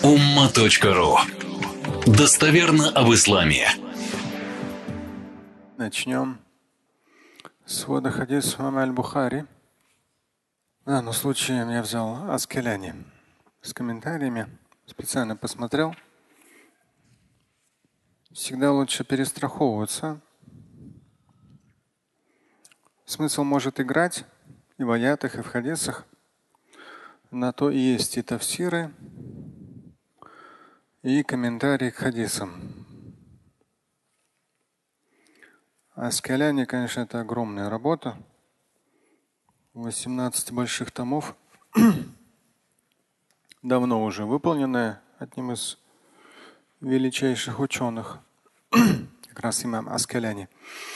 umma.ru. Достоверно об исламе. Начнем с ввода хадиса имама аль-Бухари. В данном случае я взял Аскеляни с комментариями, специально посмотрел. Всегда лучше перестраховываться. Смысл может играть и в аятах, и в хадисах. На то и есть и тафсиры, и комментарии к хадисам. Аскеляни, конечно, это огромная работа. 18 больших томов. Давно уже выполненная одним из величайших ученых, как раз имам Аскеляни.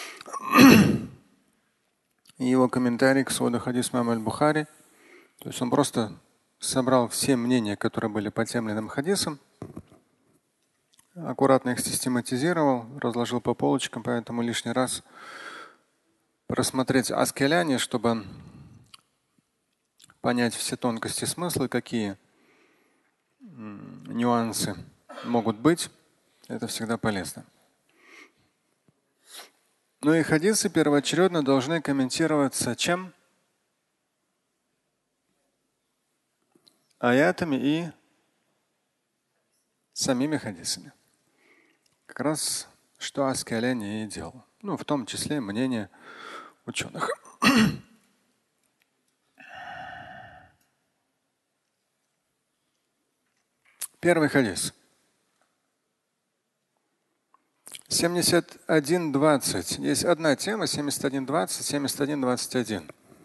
И его комментарий к своду хадис имама аль-Бухари. То есть он просто собрал все мнения, которые были по тем или иным хадисам, аккуратно их систематизировал, разложил по полочкам, поэтому лишний раз просмотреть Аскеляни, чтобы понять все тонкости смысла, какие нюансы могут быть, это всегда полезно. Ну и хадисы первоочередно должны комментироваться чем? Аятами и самими хадисами. Как раз что Аскеляни и делал. Ну, в том числе мнение ученых. Первый хадис. 71:20. Есть одна тема 71:20, 71:21.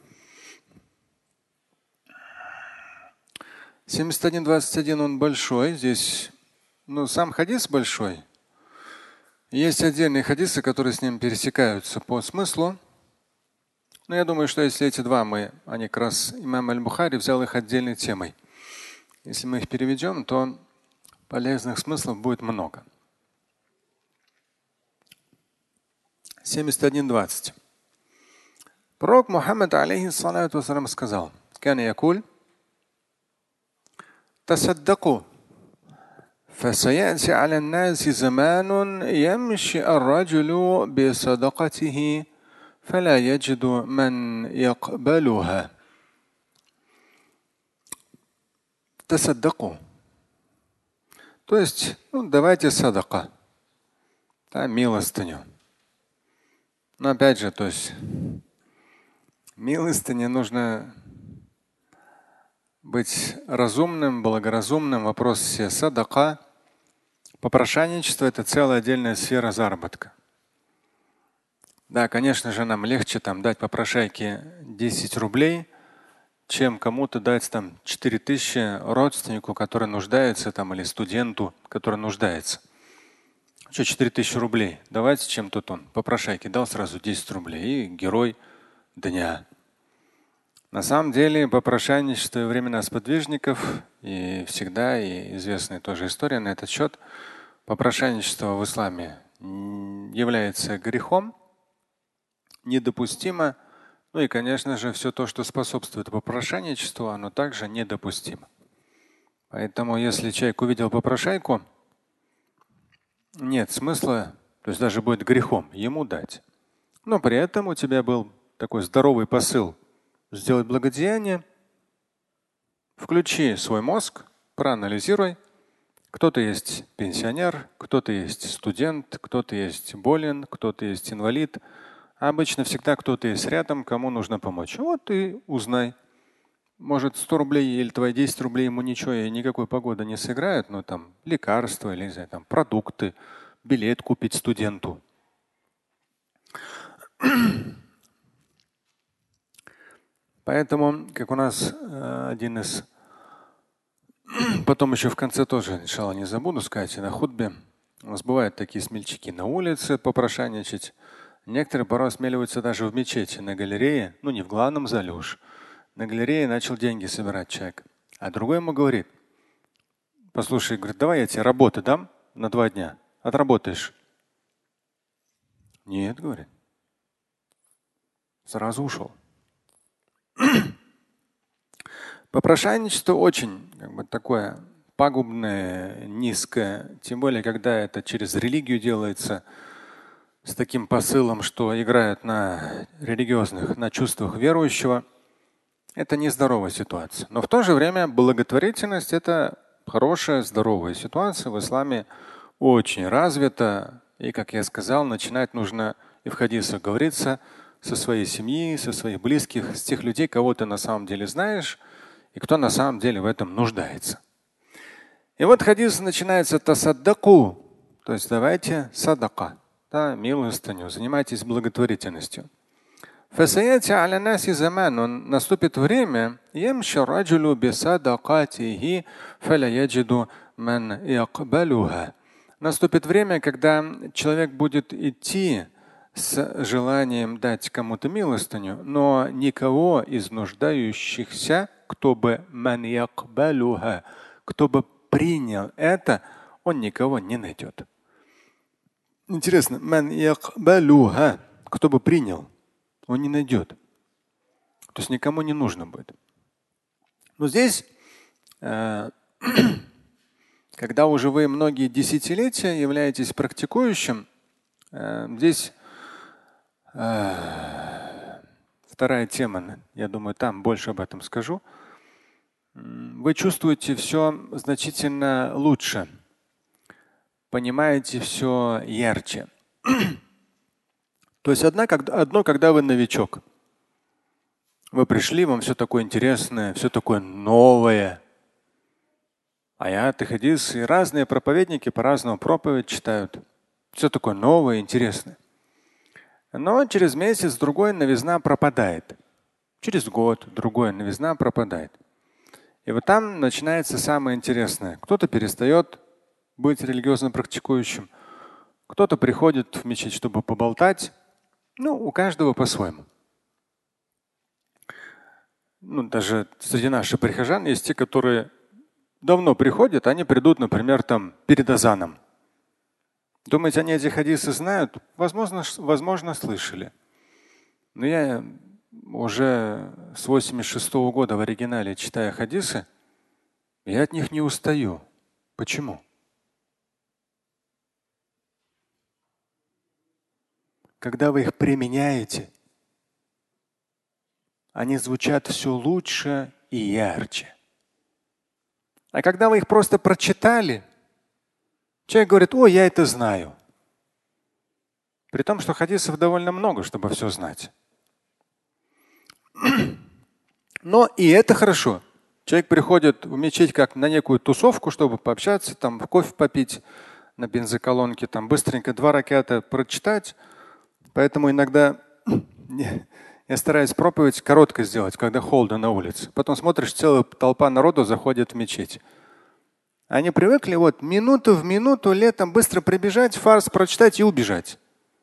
71:21 он большой. Здесь, сам хадис большой. Есть отдельные хадисы, которые с ним пересекаются по смыслу. Но я думаю, что если эти два они как раз имам аль-Бухари взял их отдельной темой. Если мы их переведем, то полезных смыслов будет много. 71:20. Пророк Мухаммад алейхиссалату вассалям сказал: «Кана якуль тасаддаку, فسيأتي على الناس زمان يمشي الرجل بصدقته فلا يجد من يقبلها». Тасаддаку. То есть, давайте садака, милостыню. Но опять же, то есть милостыне нужно быть разумным, благоразумным. Вопрос все садака. Попрошайничество – это целая отдельная сфера заработка. Да, конечно же, нам легче дать попрошайке 10 рублей, чем кому-то дать 4000 родственнику, который нуждается, или студенту, который нуждается. Что 4000 рублей? Давайте, чем тут он. Попрошайке дал сразу 10 рублей и герой дня. На самом деле попрошайничество во времена сподвижников и всегда, и известная тоже история на этот счет, попрошайничество в исламе является грехом, недопустимо. Ну и, конечно же, все то, что способствует попрошайничеству, оно также недопустимо. Поэтому, если человек увидел попрошайку, нет смысла, то есть даже будет грехом ему дать. Но при этом у тебя был такой здоровый посыл сделать благодеяние. Включи свой мозг, проанализируй. Кто-то есть пенсионер, кто-то есть студент, кто-то есть болен, кто-то есть инвалид. А обычно всегда кто-то есть рядом, кому нужно помочь. Вот и узнай. Может, 100 рублей или твои 10 рублей ему ничего и никакой погоды не сыграют, но лекарства или продукты, билет купить студенту. Поэтому, как у нас один из… Потом еще в конце тоже, иншалла, не забуду сказать, и на хутбе. У нас бывают такие смельчаки на улице попрошайничать. Некоторые порой осмеливаются даже в мечети, на галерее, не в главном зале уж. На галерее начал деньги собирать человек. А другой ему говорит: послушай, говорит, давай я тебе работы дам на 2 дня. Отработаешь. Нет, говорит. Сразу ушел. Попрошайничество очень такое пагубное, низкое, тем более, когда это через религию делается, с таким посылом, что играют на религиозных, на чувствах верующего, это нездоровая ситуация. Но в то же время благотворительность – это хорошая, здоровая ситуация. В исламе очень развита. И, как я сказал, начинать нужно, и в хадисах говорится, со своей семьи, со своих близких, с тех людей, кого ты на самом деле знаешь и кто на самом деле в этом нуждается. И вот хадис начинается тасаддаку, то есть давайте садака, да, милостыню, занимайтесь благотворительностью. Наступит время, наступит время, когда человек будет идти с желанием дать кому-то милостыню, но никого из нуждающихся, кто бы принял это, он никого не найдет. Интересно, кто бы принял, он не найдет. То есть никому не нужно будет. Но здесь, когда уже вы многие десятилетия являетесь практикующим, здесь вторая тема, я думаю, там больше об этом скажу. Вы чувствуете все значительно лучше, понимаете все ярче. То есть одно, когда вы новичок. Вы пришли, вам все такое интересное, все такое новое. Аяты, хадисы, и разные проповедники по-разному проповедь читают. Все такое новое, интересное. Но через месяц другой новизна пропадает. Через год другой новизна пропадает. И вот там начинается самое интересное. Кто-то перестает быть религиозно практикующим, кто-то приходит в мечеть, чтобы поболтать. У каждого по-своему. Даже среди наших прихожан есть те, которые давно приходят, они придут, например, там перед азаном. Думаете, они эти хадисы знают? Возможно, слышали. Но я уже с 86-го года в оригинале читаю хадисы, я от них не устаю. Почему? Когда вы их применяете, они звучат все лучше и ярче. А когда вы их просто прочитали, человек говорит: о, я это знаю. При том, что хадисов довольно много, чтобы все знать. Но и это хорошо. Человек приходит в мечеть как на некую тусовку, чтобы пообщаться, там кофе попить на бензоколонке, там быстренько 2 раката прочитать. Поэтому иногда я стараюсь проповедь коротко сделать, когда холодно на улице. Потом смотришь, целая толпа народу заходит в мечеть. Они привыкли минуту в минуту летом быстро прибежать, фарс прочитать и убежать.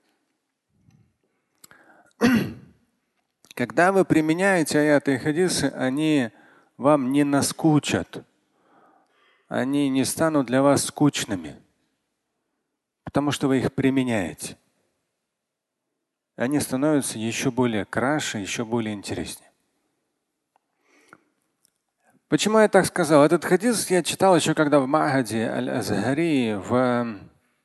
Когда вы применяете аяты и хадисы, они вам не наскучат. Они не станут для вас скучными, потому что вы их применяете. Они становятся еще более краше, еще более интереснее. Почему я так сказал? Этот хадис я читал еще когда в Маагаде Аль-Азхари в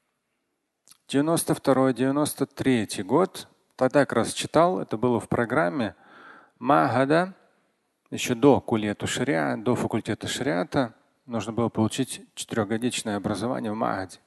92-93 год. Тогда как раз читал, это было в программе Маагада, еще до куллияту шариа, до факультета шариата. Нужно было получить 4-годичное образование в Маагаде.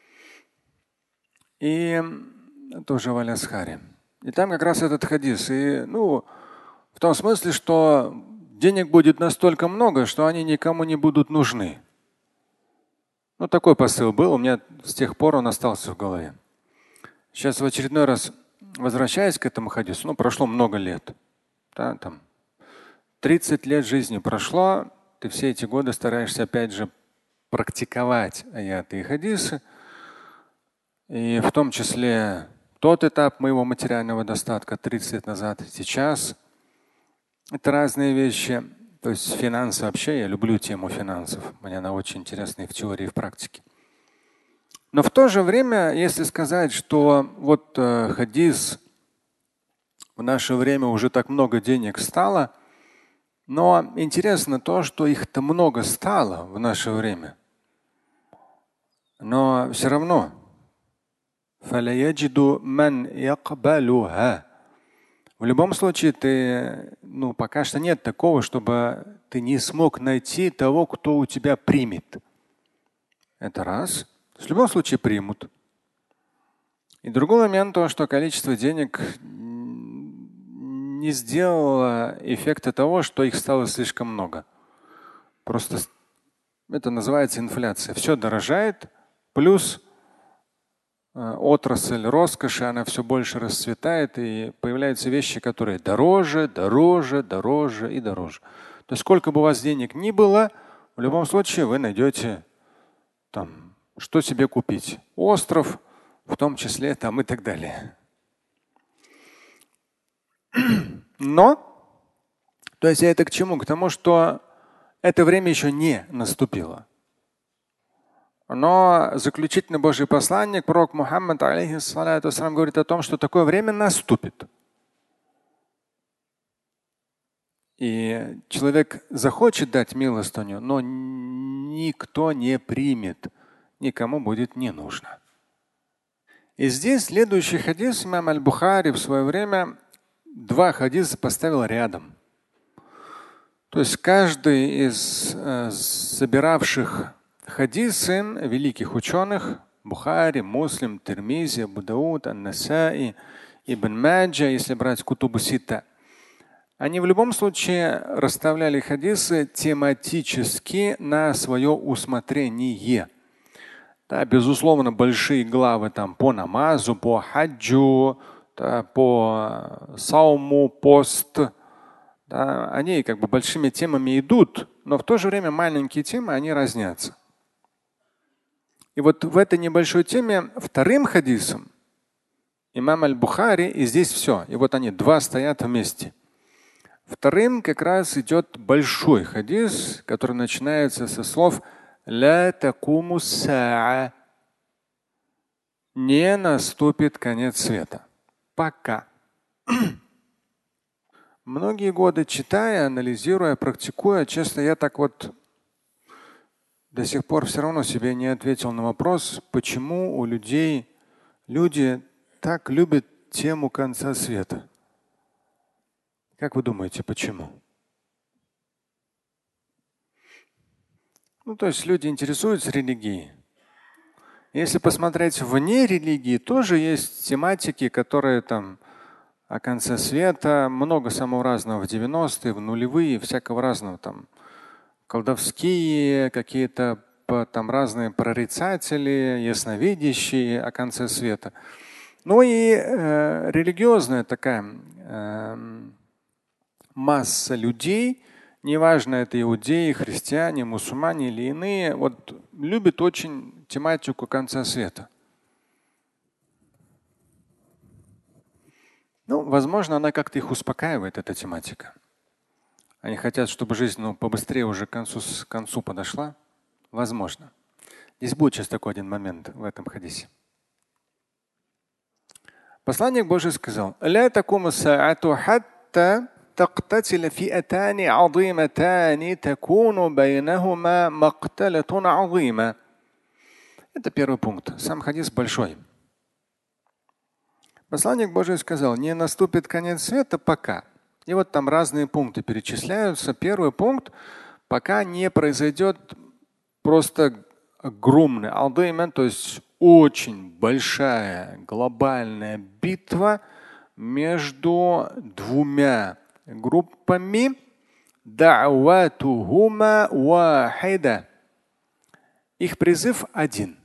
И тоже в Аль-Азхаре. И там как раз этот хадис. И, в том смысле, что денег будет настолько много, что они никому не будут нужны. Такой посыл был. У меня с тех пор он остался в голове. Сейчас в очередной раз, возвращаясь к этому хадису, прошло много лет. Да, там 30 лет жизни прошло. Ты все эти годы стараешься опять же практиковать аяты и хадисы. И в том числе тот этап моего материального достатка 30 лет назад, сейчас. Это разные вещи. То есть финансы вообще, я люблю тему финансов. Мне она очень интересна и в теории, и в практике. Но в то же время, если сказать, что хадис в наше время уже так много денег стало, Но интересно то, что их-то много стало в наше время. Но все равно فَلَيَجِدُ مَنْ يَقْبَلُهَا. В любом случае, пока что нет такого, чтобы ты не смог найти того, кто у тебя примет. Это раз. В любом случае примут. И другой момент то, что количество денег не сделало эффекта того, что их стало слишком много. Просто это называется инфляция. Все дорожает, плюс отрасль роскоши, она все больше расцветает, и появляются вещи, которые дороже, дороже, дороже и дороже. То есть сколько бы у вас денег ни было, в любом случае вы найдете там, что себе купить. Остров, в том числе там и так далее. Но, то есть я это к чему? К тому, что это время еще не наступило. Но заключительный Божий посланник, пророк Мухаммад, алейхиссалату вассалам, говорит о том, что такое время наступит. И человек захочет дать милостыню, но никто не примет, никому будет не нужно. И здесь следующий хадис имам Аль-Бухари в свое время два хадиса поставил рядом. То есть каждый из собиравших хадисы великих ученых Бухари, Муслим, Тирмизи, Абу Дауд, Ан-Насаи, Ибн Маджа, если брать Кутубу Ситта, они в любом случае расставляли хадисы тематически на свое усмотрение. Да, безусловно, большие главы там по намазу, по хаджу, да, по сауму, пост. Да, они как бы большими темами идут, но в то же время маленькие темы, они разнятся. И вот в этой небольшой теме вторым хадисом имам Аль-Бухари, и здесь все. И вот они два стоят вместе. Вторым как раз идет большой хадис, который начинается со слов «Ля такуму саа». Не наступит конец света. Пока. Многие годы читая, анализируя, практикуя, честно, я так вот до сих пор все равно себе не ответил на вопрос, почему у людей люди так любят тему конца света. Как вы думаете, почему? То есть люди интересуются религией. Если посмотреть вне религии, тоже есть тематики, которые там о конце света, много самого разного в 90-е, в нулевые, всякого разного там. Колдовские, какие-то там разные прорицатели, ясновидящие о конце света. Ну и религиозная такая масса людей, неважно, это иудеи, христиане, мусульмане или иные, вот любят очень тематику конца света. Возможно, она как-то их успокаивает, эта тематика. Они хотят, чтобы жизнь побыстрее уже к концу подошла. Возможно. Здесь будет сейчас такой один момент в этом хадисе. Посланник Божий сказал: «Ля такуму саату хатта тактатиля фиатани азиматани такуну байнахума макталатун азима». Это первый пункт. Сам хадис большой. Посланник Божий сказал: не наступит конец света пока. И вот там разные пункты перечисляются. Первый пункт: пока не произойдет просто огромный алдеймен, то есть очень большая глобальная битва между двумя группами. Да'ватухума вахида. Их призыв один.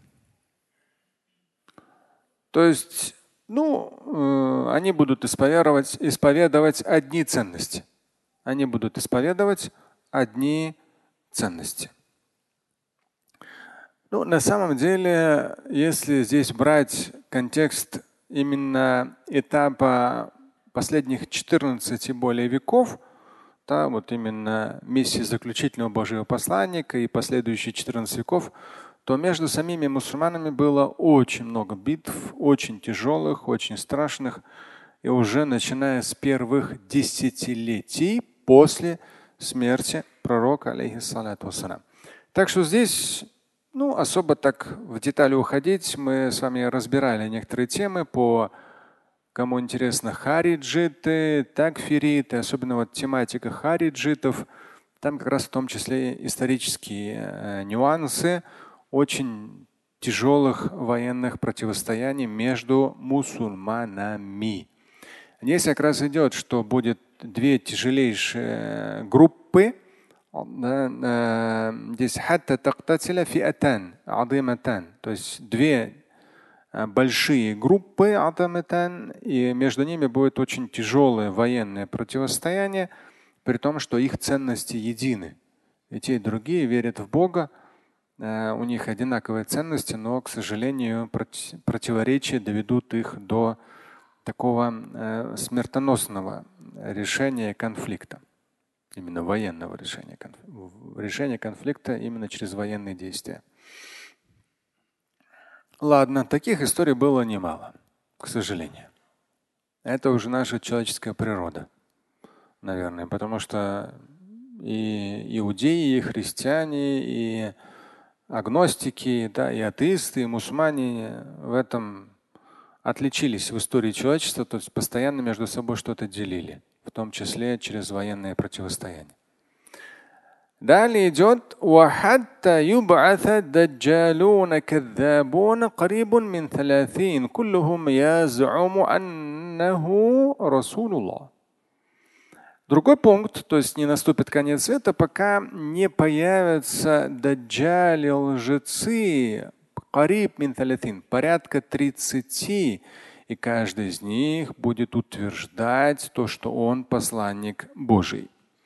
То есть они будут исповедовать одни ценности. Они будут исповедовать одни ценности. На самом деле, если здесь брать контекст именно этапа последних 14 и более веков, да, вот именно миссии заключительного Божьего посланника и последующие 14 веков, то между самими мусульманами было очень много битв, очень тяжелых, очень страшных. И уже начиная с первых десятилетий после смерти пророка, алейхиссалату вассалям. Так что здесь особо так в детали уходить. Мы с вами разбирали некоторые темы по, кому интересно, хариджиты, такфириты, особенно вот тематика хариджитов. Там как раз в том числе исторические нюансы очень тяжелых военных противостояний между мусульманами. Здесь как раз идет, что будет две тяжелейшие группы. Здесь то есть две большие группы, и между ними будет очень тяжелое военное противостояние, при том, что их ценности едины. И те, и другие верят в Бога, у них одинаковые ценности, но, к сожалению, противоречия доведут их до такого смертоносного решения конфликта, именно военного решения конфликта именно через военные действия. Ладно, таких историй было немало, к сожалению. Это уже наша человеческая природа, наверное, потому что и иудеи, и христиане, и агностики, да, и атеисты, и мусульмане в этом отличились в истории человечества, то есть постоянно между собой что-то делили, в том числе через военное противостояние. Далее идет وَحَتَّى يُبْعَثَ الدَّجَّالُونَ كَذَّابُونَ قَرِيبٌ مِنْ 30 كُلُّهُمْ يَزْعُمُ أَنَّهُ رَسُولُ اللَّهِ. Другой пункт, то есть не наступит конец света, пока не появятся даджали, лжецы, قَرِيبٌ مِنْ 30, порядка 30, и каждый из них будет утверждать то, что он посланник Божий.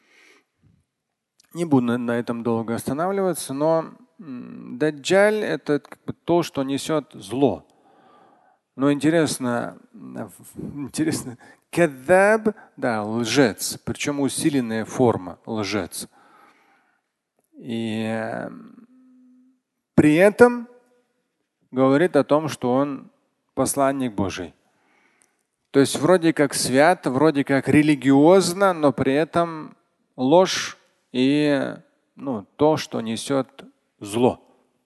Не буду на этом долго останавливаться, но даджаль – это то, что несет зло. Но интересно, кадзаб, да, лжец, причем усиленная форма лжец. И при этом говорит о том, что он посланник Божий. То есть вроде как свят, вроде как религиозно, но при этом ложь и то, что несет зло.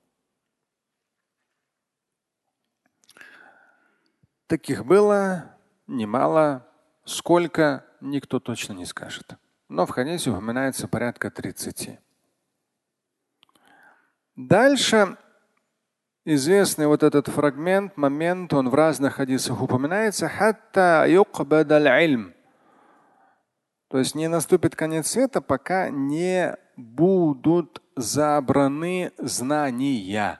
Таких было немало. Сколько, никто точно не скажет. Но в хадисе упоминается порядка 30. Дальше известный вот этот фрагмент, момент, он в разных хадисах упоминается. То есть не наступит конец света, пока не будут забраны знания.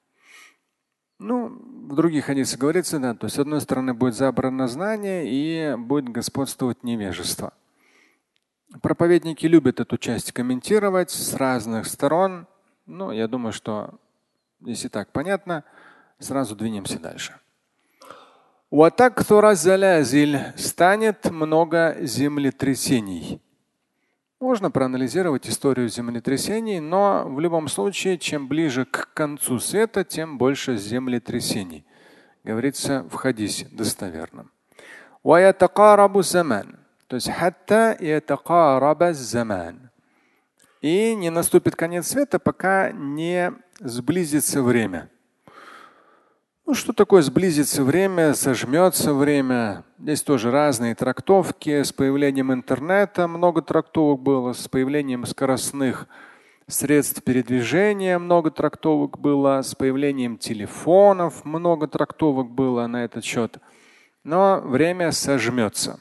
В других хадисах говорится, да, то есть с одной стороны будет забрано знание и будет господствовать невежество. Проповедники любят эту часть комментировать с разных сторон. Я думаю, что если так понятно, сразу двинемся дальше. Станет много землетрясений. Можно проанализировать историю землетрясений, но в любом случае, чем ближе к концу света, тем больше землетрясений. Говорится в хадисе достоверном. То есть и не наступит конец света, пока не сблизится время. Что такое сблизится время, сожмется время? Здесь тоже разные трактовки. С появлением интернета много трактовок было, с появлением скоростных средств передвижения много трактовок было, с появлением телефонов много трактовок было на этот счет. Но время сожмется.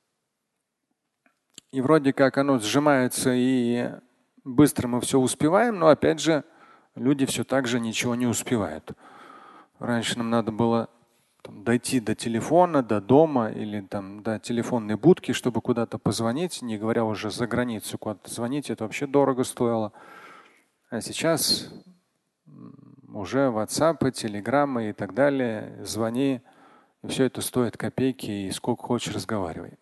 И вроде как оно сжимается, и быстро мы все успеваем, но опять же люди все так же ничего не успевают. Раньше нам надо было дойти до телефона, до дома или до телефонной будки, чтобы куда-то позвонить, не говоря уже за границу куда-то звонить, это вообще дорого стоило. А сейчас уже WhatsApp, Telegram и так далее, звони, и все это стоит копейки, и сколько хочешь разговаривай.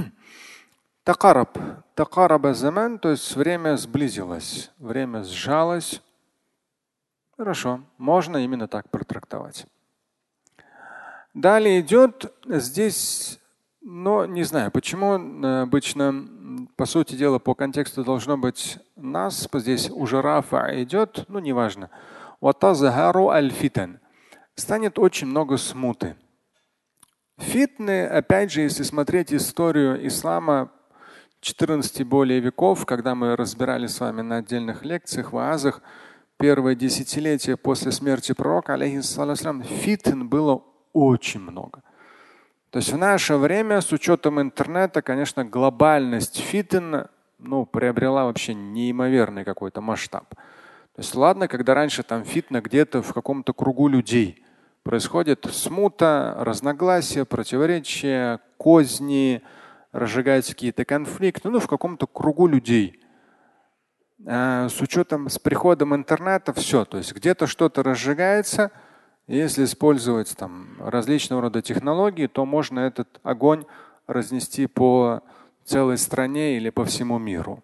Такараба заман, то есть время сблизилось, время сжалось. Хорошо, можно именно так протрактовать. Далее идет здесь Но не знаю, почему обычно, по сути дела, по контексту должно быть нас. Здесь уже рафа идет, ну неважно. Ватазахару аль-фитан. Станет очень много смуты. Фитны, опять же, если смотреть историю ислама 14 более веков, когда мы разбирали с вами на отдельных лекциях, ваазах, первое десятилетие после смерти пророка, алейхиссалям, фитн было очень много. То есть в наше время, с учетом интернета, конечно, глобальность фитн приобрела вообще неимоверный какой-то масштаб. То есть ладно, когда раньше там фитна где-то в каком-то кругу людей происходит смута, разногласия, противоречия, козни, разжигаются какие-то конфликты, в каком-то кругу людей. А с учетом, с приходом интернета все, то есть где-то что-то разжигается. Если использовать там различного рода технологии, то можно этот огонь разнести по целой стране или по всему миру.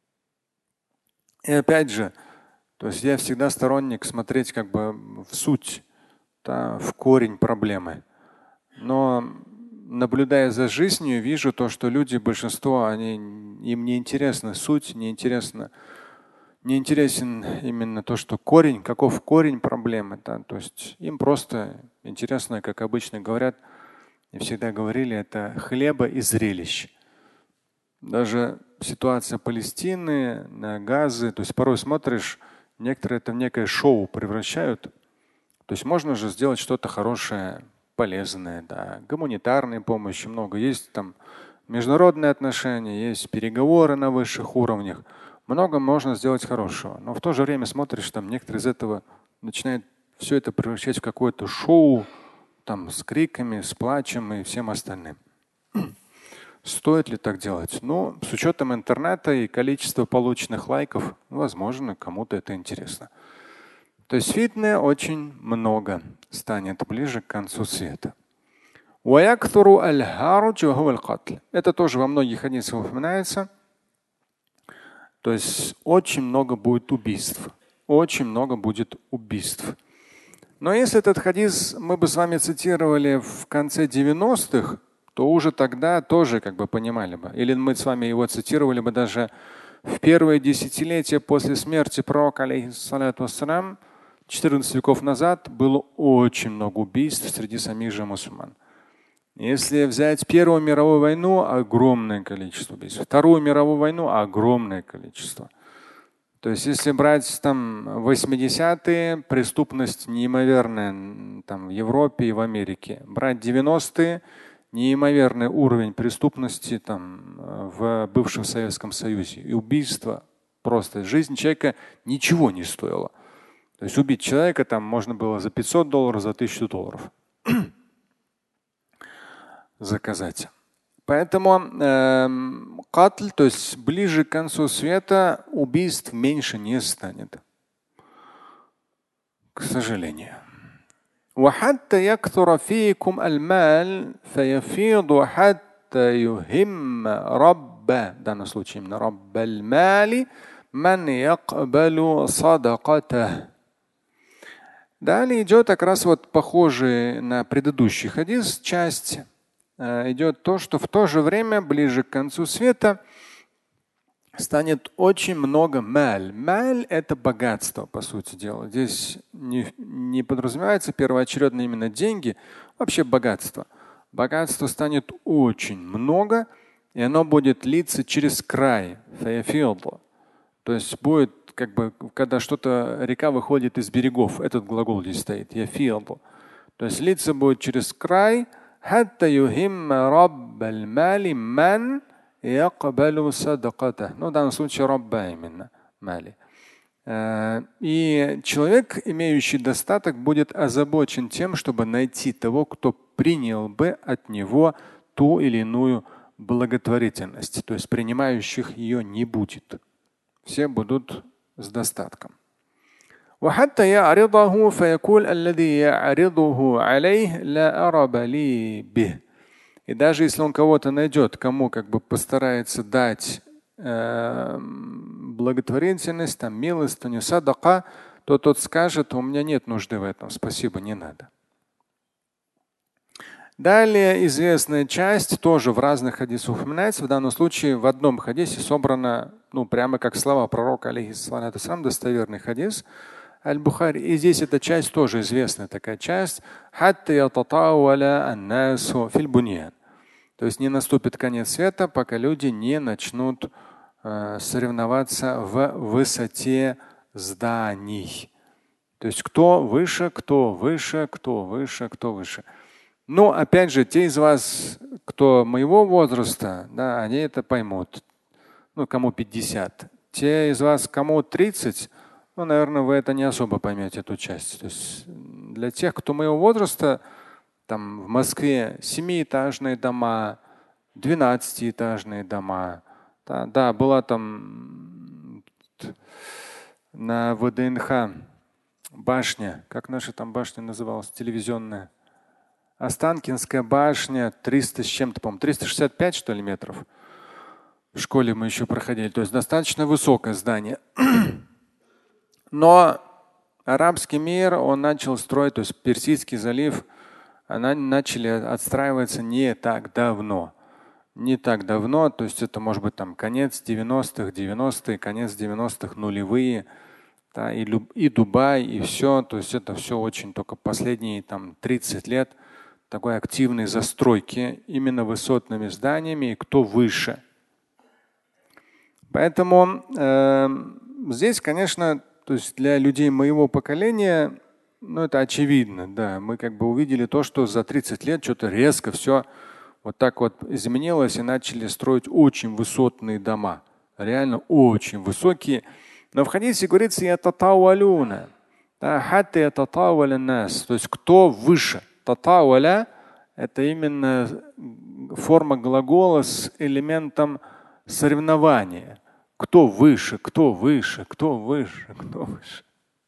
И опять же, то есть я всегда сторонник смотреть как бы в суть, да, в корень проблемы. Но наблюдая за жизнью, вижу то, что люди, большинство, им не интересна суть, не интересен именно то, что корень, каков корень проблемы. Да? То есть им просто интересно, как обычно говорят, и всегда говорили, это хлеба и зрелищ. Даже ситуация Палестины, Газы, то есть порой смотришь, некоторые это в некое шоу превращают. То есть можно же сделать что-то хорошее, полезное, да, гуманитарной помощи много. Есть там международные отношения, есть переговоры на высших уровнях. Много можно сделать хорошего. Но в то же время смотришь, там некоторые из этого начинают все это превращать в какое-то шоу, там с криками, с плачем и всем остальным. Стоит ли так делать? Ну, с учетом интернета и количества полученных лайков, возможно, кому-то это интересно. То есть фитны очень много станет ближе к концу света. Это тоже во многих хадисах упоминается. То есть очень много будет убийств. Очень много будет убийств. Но если этот хадис мы бы с вами цитировали в конце 90-х, то уже тогда тоже как бы понимали бы. Или мы с вами его цитировали бы даже в первые десятилетия после смерти пророка, алейхиссалату вассалям, 14 веков назад было очень много убийств среди самих же мусульман. Если взять Первую мировую войну, огромное количество убийств. Вторую мировую войну, огромное количество. То есть если брать там 80-е, преступность неимоверная там, в Европе и в Америке. Брать 90-е, неимоверный уровень преступности там, в бывшем Советском Союзе. И убийство просто. Жизнь человека ничего не стоила. То есть убить человека там можно было за $500, за $1000 заказать. Поэтому катль, то есть ближе к концу света, убийств меньше не станет. К сожалению. وحتى يكثر فيكم المال فيفيض حتى يهم رب, в данном случае именно رب المال من يقبل صدقته. Далее идет как раз вот похожий на предыдущий хадис часть. Идет то, что в то же время, ближе к концу света, станет очень много маль. Маль – это богатство, по сути дела. Здесь не подразумевается первоочередно именно деньги, вообще богатство. Богатство станет очень много, и оно будет литься через край. То есть будет как бы, когда что-то, река выходит из берегов, этот глагол здесь стоит. То есть литься будет через край. حتى يهم رب المال من يقبل صدقته. Ну, в данном случае рабба именно мали. И человек, имеющий достаток, будет озабочен тем, чтобы найти того, кто принял бы от него ту или иную благотворительность. То есть принимающих ее не будет. Все будут с достатком. وحتى يعرضه فيقول الذي يعرضه عليه لا أرب لي به. И даже если он кого-то найдет, кому как бы постарается дать благотворительность, там, милостыню, садака, то тот скажет: у меня нет нужды в этом, спасибо, не надо. Далее известная часть тоже в разных хадисах упоминается. В данном случае в одном хадисе собрано, прямо как слова пророка, алейхиссалату вассалам, достоверный хадис Аль-Бухари. И здесь эта часть тоже известная такая часть. То есть не наступит конец света, пока люди не начнут соревноваться в высоте зданий. То есть кто выше, кто выше, кто выше, кто выше. Но опять же, те из вас, кто моего возраста, да, они это поймут. Кому 50. Те из вас, кому 30, наверное, вы это не особо поймете, эту часть. То есть для тех, кто моего возраста, там в Москве 7-этажные дома, 12-этажные дома. Да, была там на ВДНХ башня, как наша там башня называлась, телевизионная. Останкинская башня, 300 с чем-то, по-моему, 365, что ли, метров. В школе мы еще проходили. То есть достаточно высокое здание. Но арабский мир, он начал строить, то есть Персидский залив, они начали отстраиваться не так давно. Не так давно, то есть это может быть там конец 90-х, 90-е, конец 90-х, нулевые. Да, и Дубай, и все. То есть это все очень только последние там 30 лет такой активной застройки именно высотными зданиями, и кто выше. Поэтому здесь, конечно, то есть для людей моего поколения, это очевидно. Да. Мы как бы увидели то, что за 30 лет что-то резко все вот так вот изменилось, и начали строить очень высотные дома. Реально очень высокие. Но в хадисе говорится ятатауалюна. То есть кто выше. Татауаля – это именно форма глагола с элементом соревнования. Кто выше, кто выше, кто выше, кто выше.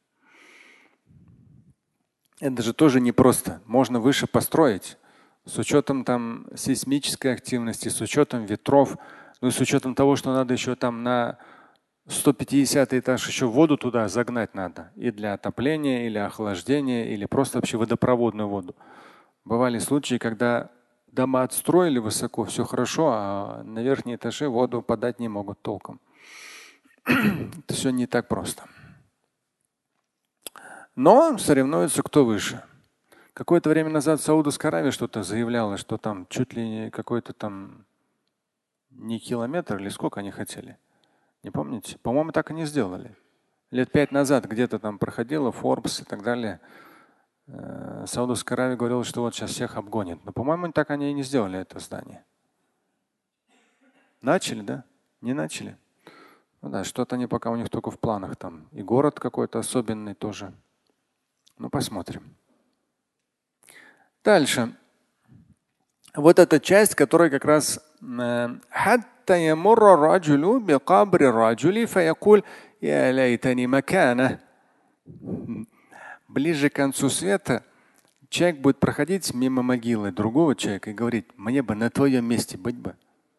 Это же тоже непросто. Можно выше построить с учетом там сейсмической активности, с учетом ветров, и с учетом того, что надо еще там на 150 этаж еще воду туда загнать надо. И для отопления, или охлаждения, или просто вообще водопроводную воду. Бывали случаи, когда дома отстроили высоко, все хорошо, а на верхние этажи воду подать не могут толком. Это все не так просто. Но соревнуются кто выше. Какое-то время назад Саудовская Аравия что-то заявляла, что там чуть ли не какой-то там не километр или сколько они хотели. Не помните? По-моему, так и не сделали. Лет 5 назад где-то там проходило Forbes и так далее. Саудовская Аравия говорила, что вот сейчас всех обгонит. Но, по-моему, так они и не сделали это здание. Начали, да? Не начали? Да, что-то они пока у них только в планах там. И город какой-то особенный тоже. Посмотрим. Дальше. Вот эта часть, которая как раз ближе к концу света человек будет проходить мимо могилы другого человека и говорить: мне бы на твоем месте быть бы.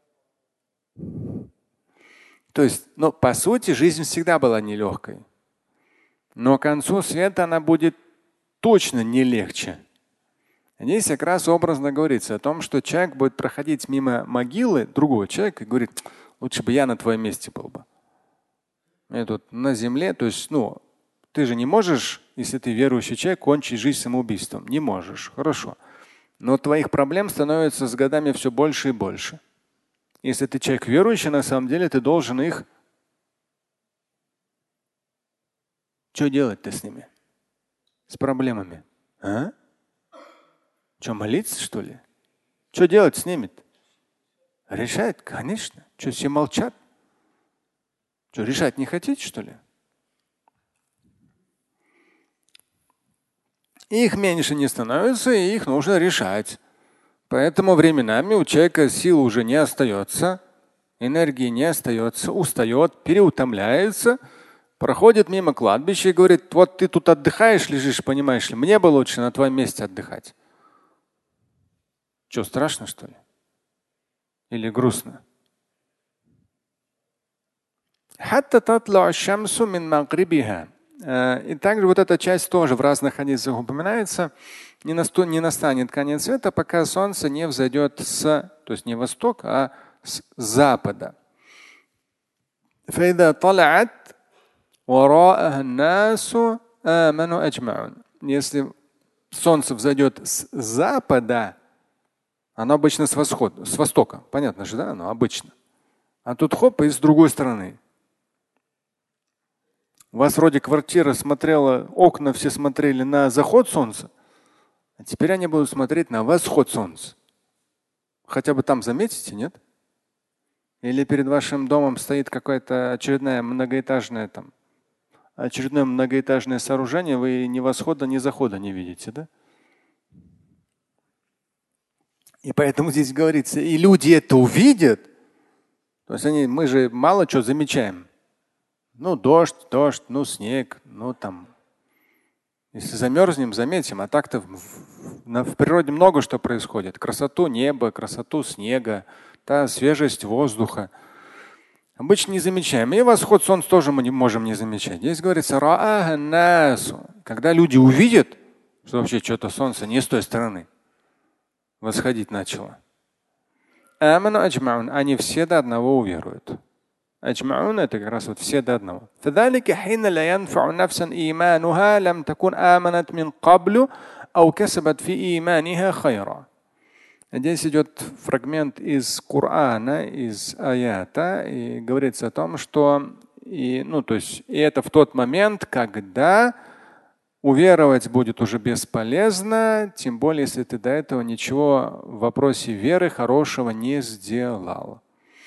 То есть, по сути, жизнь всегда была нелегкой. Но к концу света она будет точно не легче. Здесь как раз образно говорится о том, что человек будет проходить мимо могилы другого человека и говорит: лучше бы я на твоем месте был бы. И тут на земле, то есть, ты же не можешь, если ты верующий человек, кончить жизнь самоубийством. Не можешь. Хорошо. Но твоих проблем становится с годами все больше и больше. Если ты человек верующий, на самом деле ты должен их… Что делать-то с ними? С проблемами? А? Что, молиться, что ли? Что делать с ними-то? Решать, конечно. Что, все молчат? Что, решать не хотите, что ли? Их меньше не становится, и их нужно решать. Поэтому временами у человека сил уже не остается, энергии не остается, устает, переутомляется, проходит мимо кладбища и говорит: вот ты тут отдыхаешь, лежишь, понимаешь ли, мне бы лучше на твоем месте отдыхать. Что, страшно, что ли? Или грустно? И также вот эта часть тоже в разных хадисах упоминается. Не настанет конец света, пока солнце не взойдет то есть не восток, а с запада. Если солнце взойдет с запада, оно обычно с востока. Понятно же, да? Оно обычно. А тут хоп, и с другой стороны. У вас вроде квартира смотрела, окна все смотрели на заход солнца, а теперь они будут смотреть на восход солнца. Хотя бы там заметите, нет? Или перед вашим домом стоит какое-то очередное многоэтажное сооружение, вы ни восхода, ни захода не видите, да? И поэтому здесь говорится, и люди это увидят. То есть мы же мало чего замечаем. Ну, дождь, ну, снег, ну там. Если замерзнем, заметим. А так-то в природе много что происходит. Красоту неба, красоту снега, свежесть воздуха. Обычно не замечаем. И восход солнца тоже мы не можем не замечать. Здесь говорится, когда люди увидят, что вообще что-то солнце не с той стороны восходить начало. Они все до одного уверуют. أجمعون это как раз вот все до одного. فذلك حين لا ينفع نفسا إيمانها لم تكن آمنت من قبل أو كسبت في إيمانها خيرا. Здесь идет фрагмент из Корана, из аята, и говорится о том, что и это в тот момент, когда уверовать будет уже бесполезно, тем более, если ты до этого ничего в вопросе веры хорошего не сделал.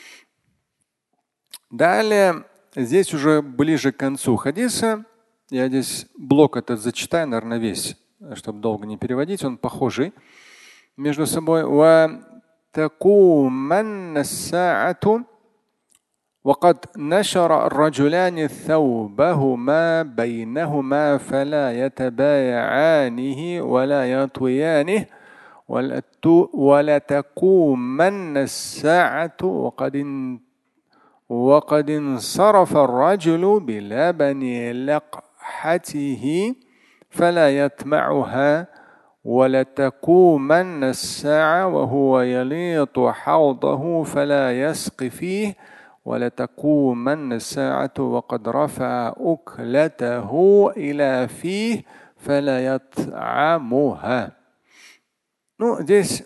Далее, здесь уже ближе к концу хадиса, я здесь блок этот зачитаю, наверное, весь, чтобы долго не переводить, он похожий между собой. وقد نشر الرجلان ثوبهما بينهما فلا يتبايعانه ولا يطويانه ولتقومن الساعة وقد انصرف الرجل بلبن لقحته فلا يطمعها ولتقومن الساعة وهو يليط حوضه فلا يسقي فيه ولتقومن الساعة وقد رفع أكلته إلى فيه فلا يطعمها. Здесь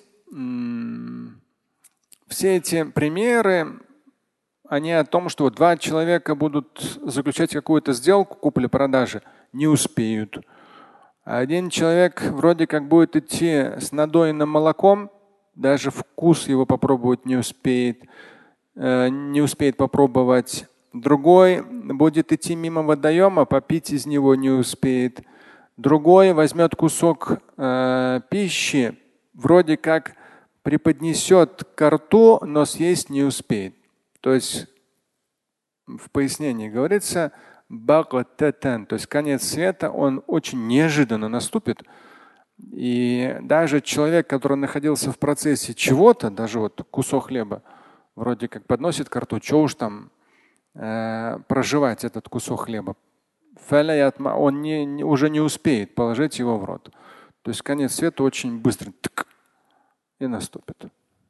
все эти примеры, они о том, что два человека будут заключать какую-то сделку купли-продажи, не успеют. Один человек вроде как будет идти с надоенным молоком, даже вкус его попробовать не успеет попробовать. Другой будет идти мимо водоема, попить из него не успеет. Другой возьмет кусок пищи, вроде как преподнесет ко рту, но съесть не успеет. То есть в пояснении говорится, то есть конец света, он очень неожиданно наступит. И даже человек, который находился в процессе чего-то, даже вот кусок хлеба, вроде как подносит ко рту, что уж там проживать этот кусок хлеба. Он уже не успеет положить его в рот. То есть конец света очень быстро и наступит.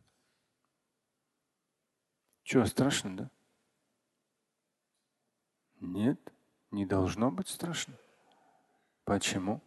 Что, страшно, да? Нет, не должно быть страшно. Почему?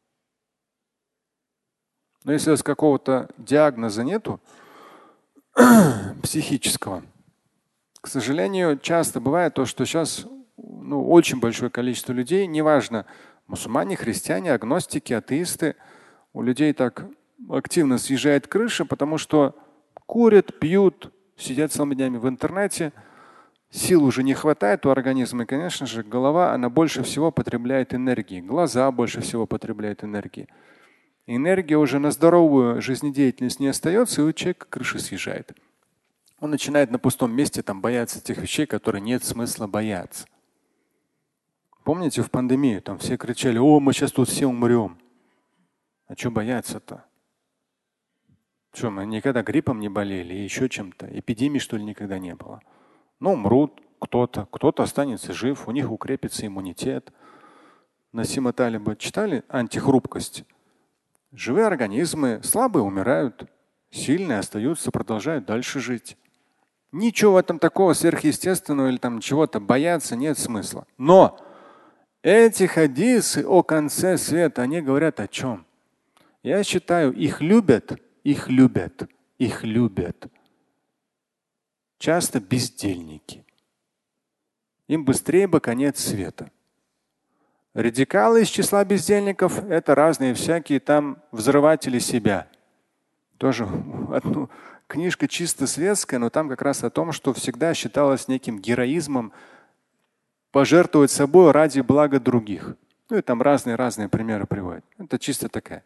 Но если у вас какого-то диагноза нету, психического, к сожалению, часто бывает то, что сейчас очень большое количество людей, неважно, мусульмане, христиане, агностики, атеисты, у людей так активно съезжает крыша, потому что курят, пьют, сидят целыми днями в интернете, сил уже не хватает у организма, и, конечно же, голова, она больше всего потребляет энергии, глаза больше всего потребляют энергии. Энергия уже на здоровую жизнедеятельность не остается, и у человека крыша съезжает. Он начинает на пустом месте бояться тех вещей, которые нет смысла бояться. Помните, в пандемию там все кричали: «О, мы сейчас тут все умрем». А что бояться-то? Что, мы никогда гриппом не болели, еще чем-то? Эпидемии, что ли, никогда не было? Умрут кто-то останется жив, у них укрепится иммунитет. Насима Талиба читали «Антихрупкость»? Живые организмы слабые умирают, сильные остаются, продолжают дальше жить. Ничего в этом такого сверхъестественного или там чего-то бояться нет смысла. Но эти хадисы о конце света, они говорят о чем? Я считаю, их любят, их любят, их любят. Часто бездельники. Им быстрее бы конец света. Радикалы из числа бездельников – это разные всякие там взрыватели себя. Тоже книжка чисто светская, но там как раз о том, что всегда считалось неким героизмом пожертвовать собой ради блага других. Ну и там разные примеры приводят. Это чисто такая.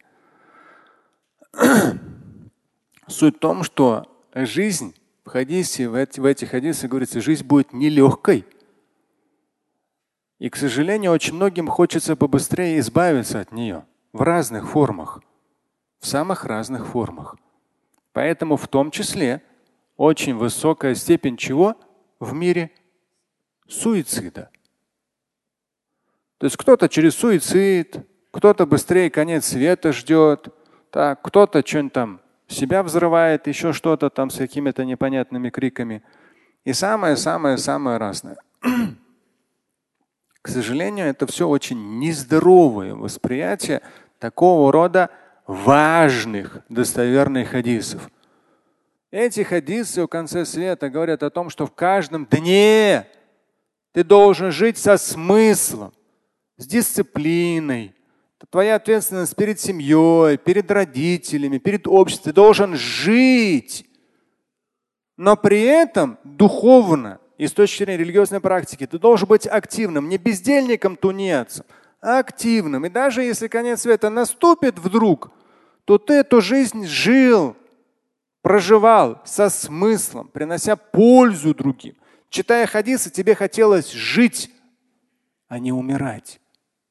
Суть в том, что жизнь в хадисе, в этих хадисах говорится, жизнь будет нелегкой. И, к сожалению, очень многим хочется побыстрее избавиться от нее в разных формах, в самых разных формах. Поэтому в том числе очень высокая степень чего в мире? Суицида. То есть кто-то через суицид, кто-то быстрее конец света ждет, так, кто-то что-нибудь там себя взрывает, еще что-то там с какими-то непонятными криками. И самое-самое-самое разное. К сожалению, это все очень нездоровое восприятие такого рода важных достоверных хадисов. Эти хадисы в конце света говорят о том, что в каждом дне ты должен жить со смыслом, с дисциплиной. Это твоя ответственность перед семьей, перед родителями, перед обществом. Ты должен жить, но при этом духовно и с точки зрения религиозной практики ты должен быть активным, не бездельником, тунеядцем, а активным. И даже если конец света наступит вдруг, то ты эту жизнь жил, проживал со смыслом, принося пользу другим. Читая хадисы, тебе хотелось жить, а не умирать.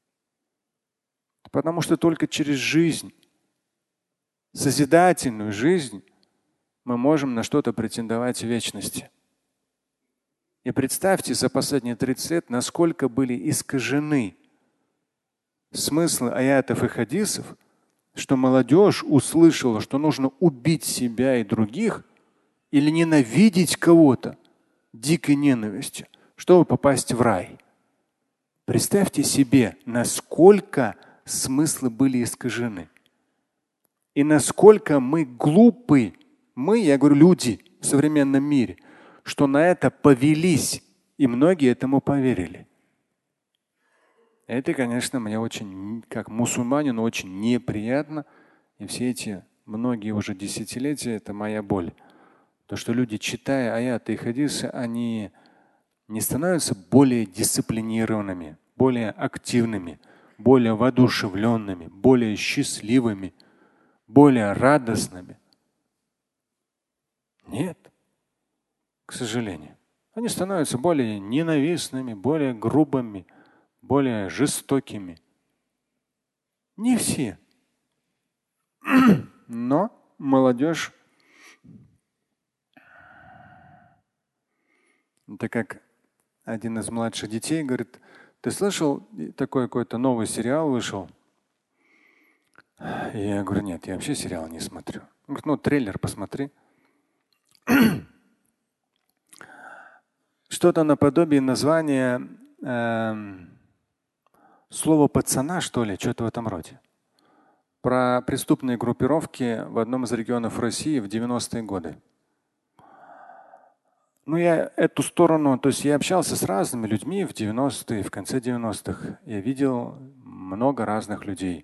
Потому что только через жизнь, созидательную жизнь, мы можем на что-то претендовать в вечности. И представьте за последние 30 лет, насколько были искажены смыслы аятов и хадисов, что молодежь услышала, что нужно убить себя и других или ненавидеть кого-то дикой ненавистью, чтобы попасть в рай. Представьте себе, насколько смыслы были искажены. И насколько мы глупы, я говорю, люди в современном мире, что на это повелись, и многие этому поверили. Это, конечно, мне очень, как мусульманину, очень неприятно. И все эти многие уже десятилетия – это моя боль. То, что люди, читая аяты и хадисы, они не становятся более дисциплинированными, более активными, более воодушевленными, более счастливыми, более радостными. Нет, к сожалению. Они становятся более ненавистными, более грубыми, более жестокими. Не все. Но молодежь, это как один из младших детей говорит, ты слышал, такой какой-то новый сериал вышел? И я говорю, нет, я вообще сериал не смотрю. Он говорит, трейлер посмотри. Что-то наподобие названия слова пацана, что ли, что-то в этом роде. Про преступные группировки в одном из регионов России в 90-е годы. Я эту сторону, то есть я общался с разными людьми в 90-е, в конце 90-х. Я видел много разных людей.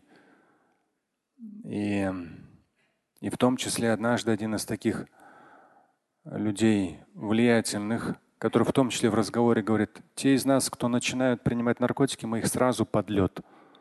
И в том числе однажды один из таких людей влиятельных, который в том числе в разговоре говорит, те из нас, кто начинают принимать наркотики, мы их сразу под лед.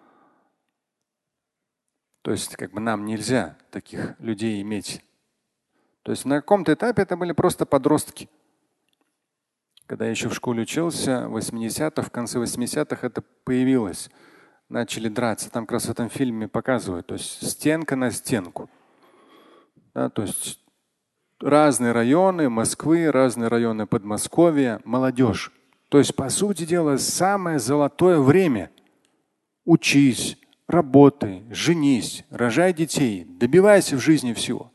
То есть нам нельзя таких людей иметь. То есть на каком-то этапе это были просто подростки. Когда я еще в школе учился, в 80-х, в конце 80-х это появилось. Начали драться. Там как раз в этом фильме показывают. То есть стенка на стенку. Да, то есть разные районы Москвы, разные районы Подмосковья, молодежь. То есть, по сути дела, самое золотое время. Учись, работай, женись, рожай детей, добивайся в жизни всего.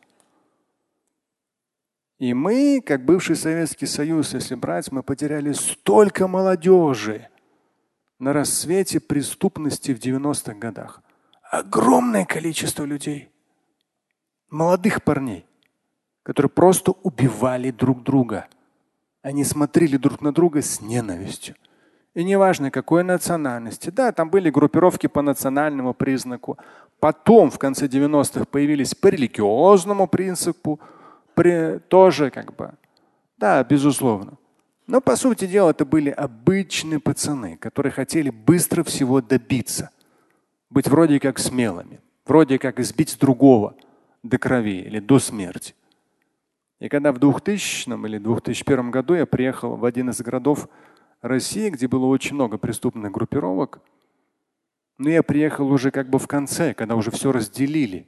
И мы, как бывший Советский Союз, если брать, мы потеряли столько молодежи на рассвете преступности в 90-х годах. Огромное количество людей, молодых парней, которые просто убивали друг друга. Они смотрели друг на друга с ненавистью. И неважно, какой национальности. Да, там были группировки по национальному признаку. Потом, в конце 90-х, появились по религиозному принципу. Тоже как бы. Да, безусловно. Но по сути дела это были обычные пацаны, которые хотели быстро всего добиться. Быть вроде как смелыми. Вроде как избить другого до крови или до смерти. И когда в 2000 или 2001 году я приехал в один из городов России, где было очень много преступных группировок, но я приехал уже как бы в конце, когда уже все разделили.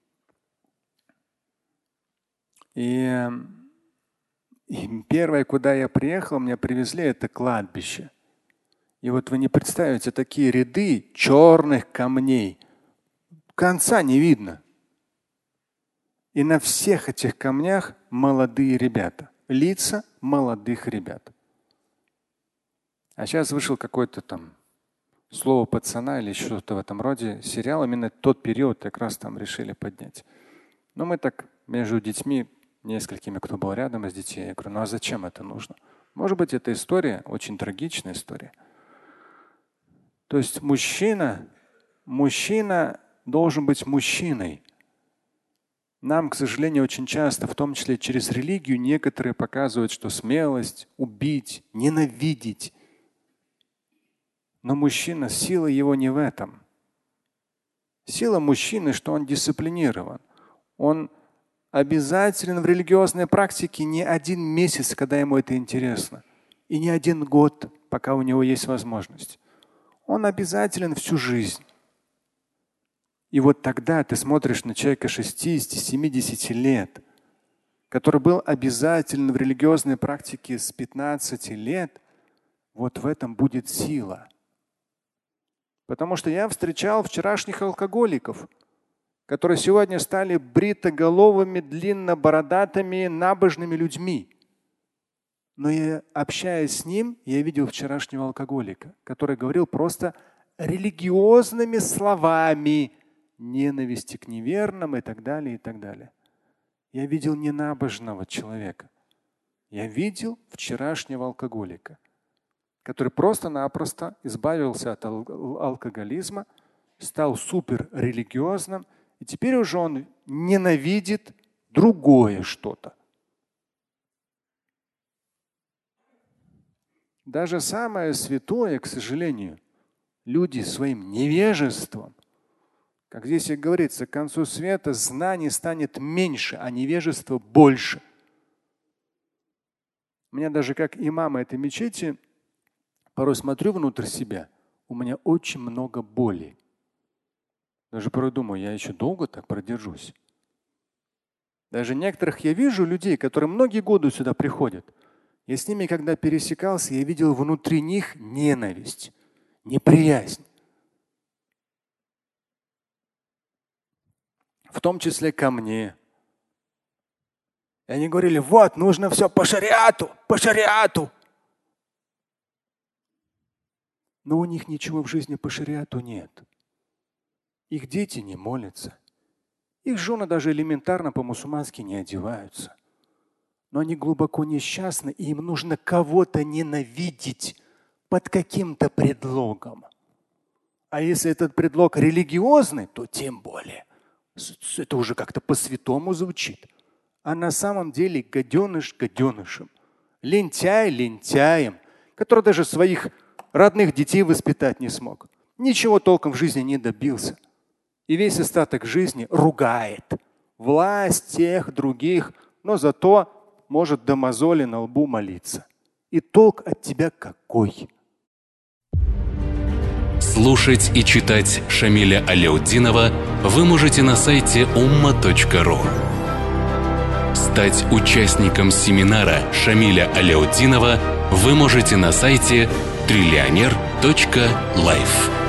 И первое, куда я приехал, меня привезли, это кладбище. И вот вы не представите, такие ряды черных камней. Конца не видно. И на всех этих камнях молодые ребята. Лица молодых ребят. А сейчас вышел какой-то там «Слово пацана» или что-то в этом роде. Сериал именно тот период как раз там решили поднять. Но мы так между детьми, несколькими, кто был рядом из детей, я говорю, ну а зачем это нужно? Может быть, эта история, очень трагичная история. То есть мужчина должен быть мужчиной. Нам, к сожалению, очень часто, в том числе через религию, некоторые показывают, что смелость, убить, ненавидеть. Но мужчина, сила его не в этом. Сила мужчины, что он дисциплинирован. Он обязателен в религиозной практике не 1 месяц, когда ему это интересно. И не 1 год, пока у него есть возможность. Он обязателен всю жизнь. И вот тогда ты смотришь на человека 60-70 лет, который был обязателен в религиозной практике с 15 лет, вот в этом будет сила. Потому что я встречал вчерашних алкоголиков, которые сегодня стали бритоголовыми, длиннобородатыми, набожными людьми. Но я, общаясь с ним, я видел вчерашнего алкоголика, который говорил просто религиозными словами ненависти к неверным и так далее, и так далее. Я видел ненабожного человека. Я видел вчерашнего алкоголика, который просто-напросто избавился от алкоголизма, стал суперрелигиозным, и теперь уже он ненавидит другое что-то. Даже самое святое, к сожалению, люди своим невежеством, как здесь и говорится, к концу света знаний станет меньше, а невежество больше. У меня даже как имама этой мечети, порой смотрю внутрь себя, у меня очень много боли. Даже порой думаю, я еще долго так продержусь. Даже некоторых я вижу людей, которые многие годы сюда приходят. Я с ними, когда пересекался, я видел внутри них ненависть, неприязнь. В том числе ко мне. И они говорили, вот, нужно все по шариату, по шариату. Но у них ничего в жизни по шариату нет. Их дети не молятся. Их жены даже элементарно по-мусульмански не одеваются. Но они глубоко несчастны, и им нужно кого-то ненавидеть под каким-то предлогом. А если этот предлог религиозный, то тем более. Это уже как-то по-святому звучит. А на самом деле гаденыш гаденышем, лентяй лентяем, который даже своих родных детей воспитать не смог. Ничего толком в жизни не добился. И весь остаток жизни ругает власть тех, других, но зато может до мозоли на лбу молиться. И толк от тебя какой? Слушать и читать Шамиля Аляутдинова вы можете на сайте umma.ru. Стать участником семинара Шамиля Аляутдинова вы можете на сайте trillioner.life.